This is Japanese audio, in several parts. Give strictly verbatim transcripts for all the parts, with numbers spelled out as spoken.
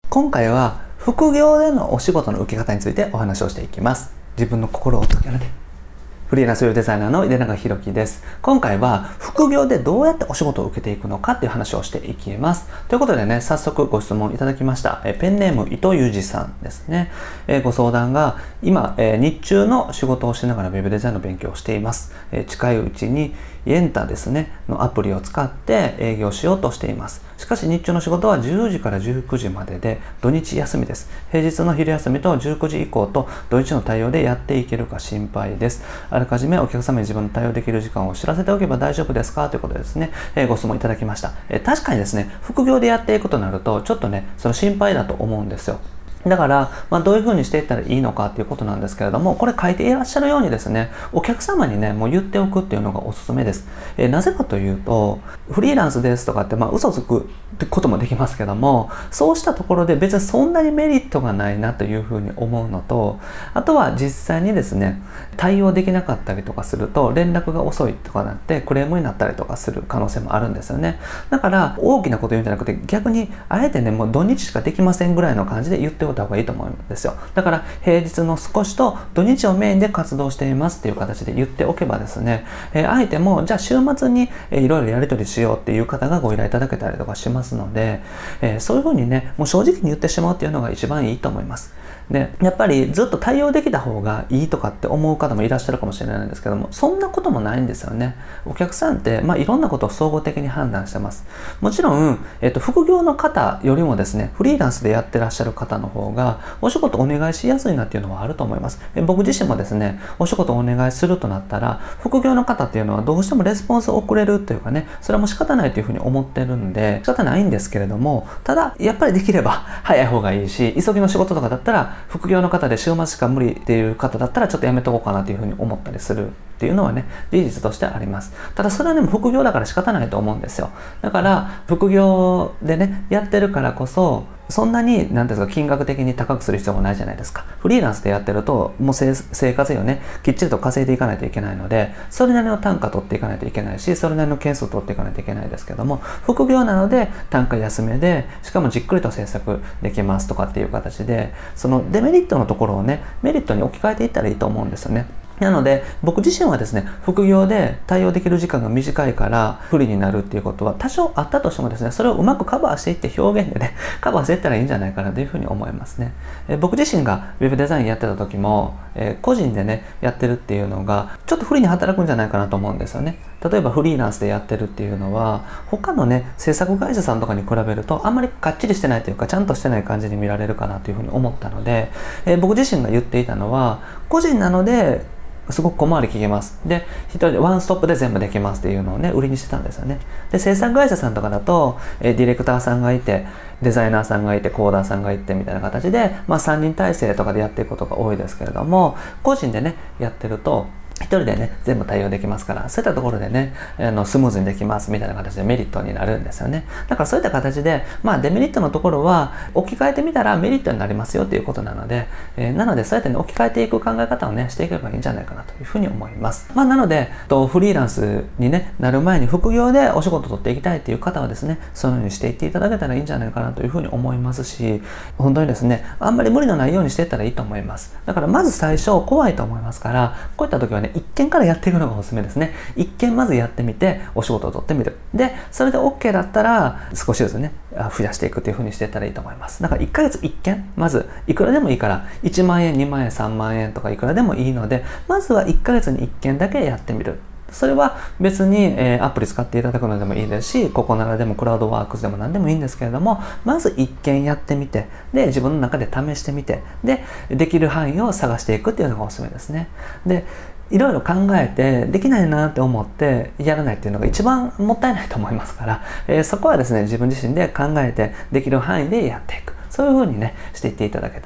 今回は副業でのお仕事の受け方についてお話をしていきます。自分の心を解き放て。フリーランスウェブデザイナーの井出永弘樹です。今回は副業でどうやってお仕事を受けていくのかっていう話をしていきます。ということでね、早速ご質問いただきました。えペンネーム伊藤裕二さんですね。えご相談が、今、え日中の仕事をしながらウェブデザインの勉強をしています。え近いうちにエンタですねのアプリを使って営業しようとしています。しかし日中の仕事はじゅうじからじゅうくじまでで土日休みです。平日の昼休みとじゅうくじ以降と土日の対応でやっていけるか心配です。あらかじめお客様に自分の対応できる時間を知らせておけば大丈夫ですかということでですね、えー、ご質問いただきました。えー、確かにですね、副業でやっていくとなるとちょっとねその心配だと思うんですよ。だから、まあ、どういう風にしていったらいいのかっていうことなんですけれども、これ書いていらっしゃるようにですね、お客様にね、もう言っておくっていうのがおすすめです。えー、なぜかというと、フリーランスですとかって、まあ、嘘つくってこともできますけども、そうしたところで別にそんなにメリットがないなという風に思うのと、あとは実際にですね、対応できなかったりとかすると、連絡が遅いとかなってクレームになったりとかする可能性もあるんですよね。だから、大きなこと言うんじゃなくて、逆に、あえてね、もう土日しかできませんぐらいの感じで言っておいた方がいいと思うんですよ。だから平日の少しと土日をメインで活動していますっていう形で言っておけばですね、えー、相手もじゃあ週末にいろいろやり取りしようっていう方がご依頼いただけたりとかしますので、えー、そういうふうにね、もう正直に言ってしまうっていうのが一番いいと思います。で、やっぱりずっと対応できた方がいいとかって思う方もいらっしゃるかもしれないんですけども、そんなこともないんですよね。お客さんって、まあ、いろんなことを総合的に判断してます。もちろん、えっと、副業の方よりもですね、フリーランスでやってらっしゃる方の方が、お仕事お願いしやすいなっていうのはあると思います。え僕自身もですね、お仕事をお願いするとなったら、副業の方っていうのはどうしてもレスポンス遅れるというかね、それはもう仕方ないというふうに思ってるんで、仕方ないんですけれども、ただ、やっぱりできれば早い方がいいし、急ぎの仕事とかだったら、副業の方で週末しか無理っていう方だったらちょっとやめとこうかなというふうに思ったりするっていうのはね、事実としてあります。ただそれはね、副業だから仕方ないと思うんですよ。だから副業でね、やってるからこそ、そんなに、なんていうんですか、金額的に高くする必要もないじゃないですか。フリーランスでやってると、もう生活費をね、きっちりと稼いでいかないといけないので、それなりの単価取っていかないといけないし、それなりの件数取っていかないといけないですけども、副業なので単価安めで、しかもじっくりと制作できますとかっていう形で、そのデメリットのところをね、メリットに置き換えていったらいいと思うんですよね。なので僕自身はですね、副業で対応できる時間が短いから不利になるっていうことは多少あったとしてもですね、それをうまくカバーしていって表現でね、カバーしていったらいいんじゃないかなというふうに思いますね。え僕自身がウェブデザインやってた時も、え個人でね、やってるっていうのがちょっと不利に働くんじゃないかなと思うんですよね。例えばフリーランスでやってるっていうのは、他のね、制作会社さんとかに比べるとあんまりかっちりしてないというか、ちゃんとしてない感じに見られるかなというふうに思ったので、え僕自身が言っていたのは、個人なのですごく小回り効けます。で、一人でワンストップで全部できますっていうのをね、売りにしてたんですよね。で、制作会社さんとかだと、えディレクターさんがいて、デザイナーさんがいて、コーダーさんがいてみたいな形で、まあさんにん体制とかでやっていくことが多いですけれども、個人でね、やってると、一人でね、全部対応できますから、そういったところでね、あのスムーズにできますみたいな形でメリットになるんですよね。だからそういった形で、まあデメリットのところは置き換えてみたらメリットになりますよっていうことなので、えー、なのでそうやってね、置き換えていく考え方をね、していけばいいんじゃないかなというふうに思います。まあなので、とフリーランスにね、なる前に副業でお仕事を取っていきたいっていう方はですね、そのようにしていっていただけたらいいんじゃないかなというふうに思いますし、本当にですね、あんまり無理のないようにしていったらいいと思います。だからまず最初怖いと思いますから、こういった時はね、一件からやっていくのがおすすめですね。一件まずやってみて、お仕事を取ってみる。で、それで OK だったら、少しずつね、増やしていくっていう風にしていったらいいと思います。だからいっかげついっけん、まず、いくらでもいいから、いちまんえん、にまんえん、さんまんえんとかいくらでもいいので、まずはいっかげつにいっけんだけやってみる。それは別に、えー、アプリ使っていただくのでもいいですし、ココナラでもクラウドワークスでも何でもいいんですけれども、まず一件やってみて、で、自分の中で試してみて、で、できる範囲を探していくっていうのがおすすめですね。で、いろいろ考えてできないなって思ってやらないっていうのが一番もったいないと思いますから、えー、そこはですね、自分自身で考えてできる範囲でやっていく、そういう風にね、していっていただけたらと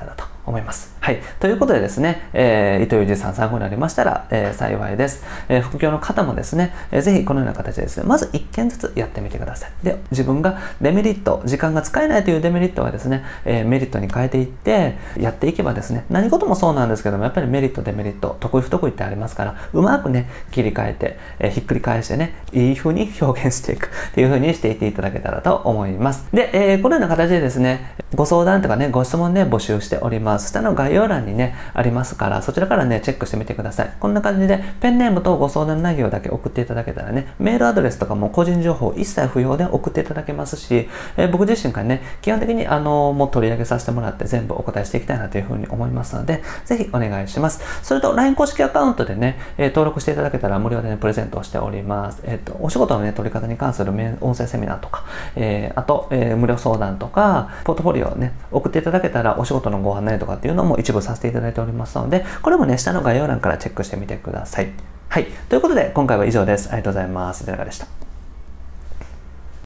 思います。はい。ということでですね、えー、糸ゆうじさん参考になりましたら、えー、幸いです。えー、副業の方もですね、えー、ぜひこのような形でですね、まずいっけんずつやってみてください。で、自分がデメリット、時間が使えないというデメリットはですね、えー、メリットに変えていって、やっていけばですね、何事もそうなんですけども、やっぱりメリット、デメリット、得意不得意ってありますから、うまくね、切り替えて、えー、ひっくり返してね、いい風に表現していくっていう風にしていっていただけたらと思います。で、えー、このような形でですね、ご相談とかね、ご質問ね、募集しております。下の概要欄にね、ありますから、そちらからね、チェックしてみてください。こんな感じで、ペンネームとご相談内容だけ送っていただけたらね、メールアドレスとかも個人情報一切不要で送っていただけますし、えー、僕自身からね、基本的にあの、もう取り上げさせてもらって全部お答えしていきたいなというふうに思いますので、ぜひお願いします。それと、ライン 公式アカウントでね、えー、登録していただけたら無料でね、プレゼントをしております。えっと、お仕事のね、取り方に関する音声セミナーとか、えー、あと、えー、無料相談とか、ポートフォリオをね、送っていただけたらお仕事のご案内とかっていうのも一部させていただいておりますので、これもね、下の概要欄からチェックしてみてください。はい。ということで、今回は以上です。ありがとうございます。いかがでした？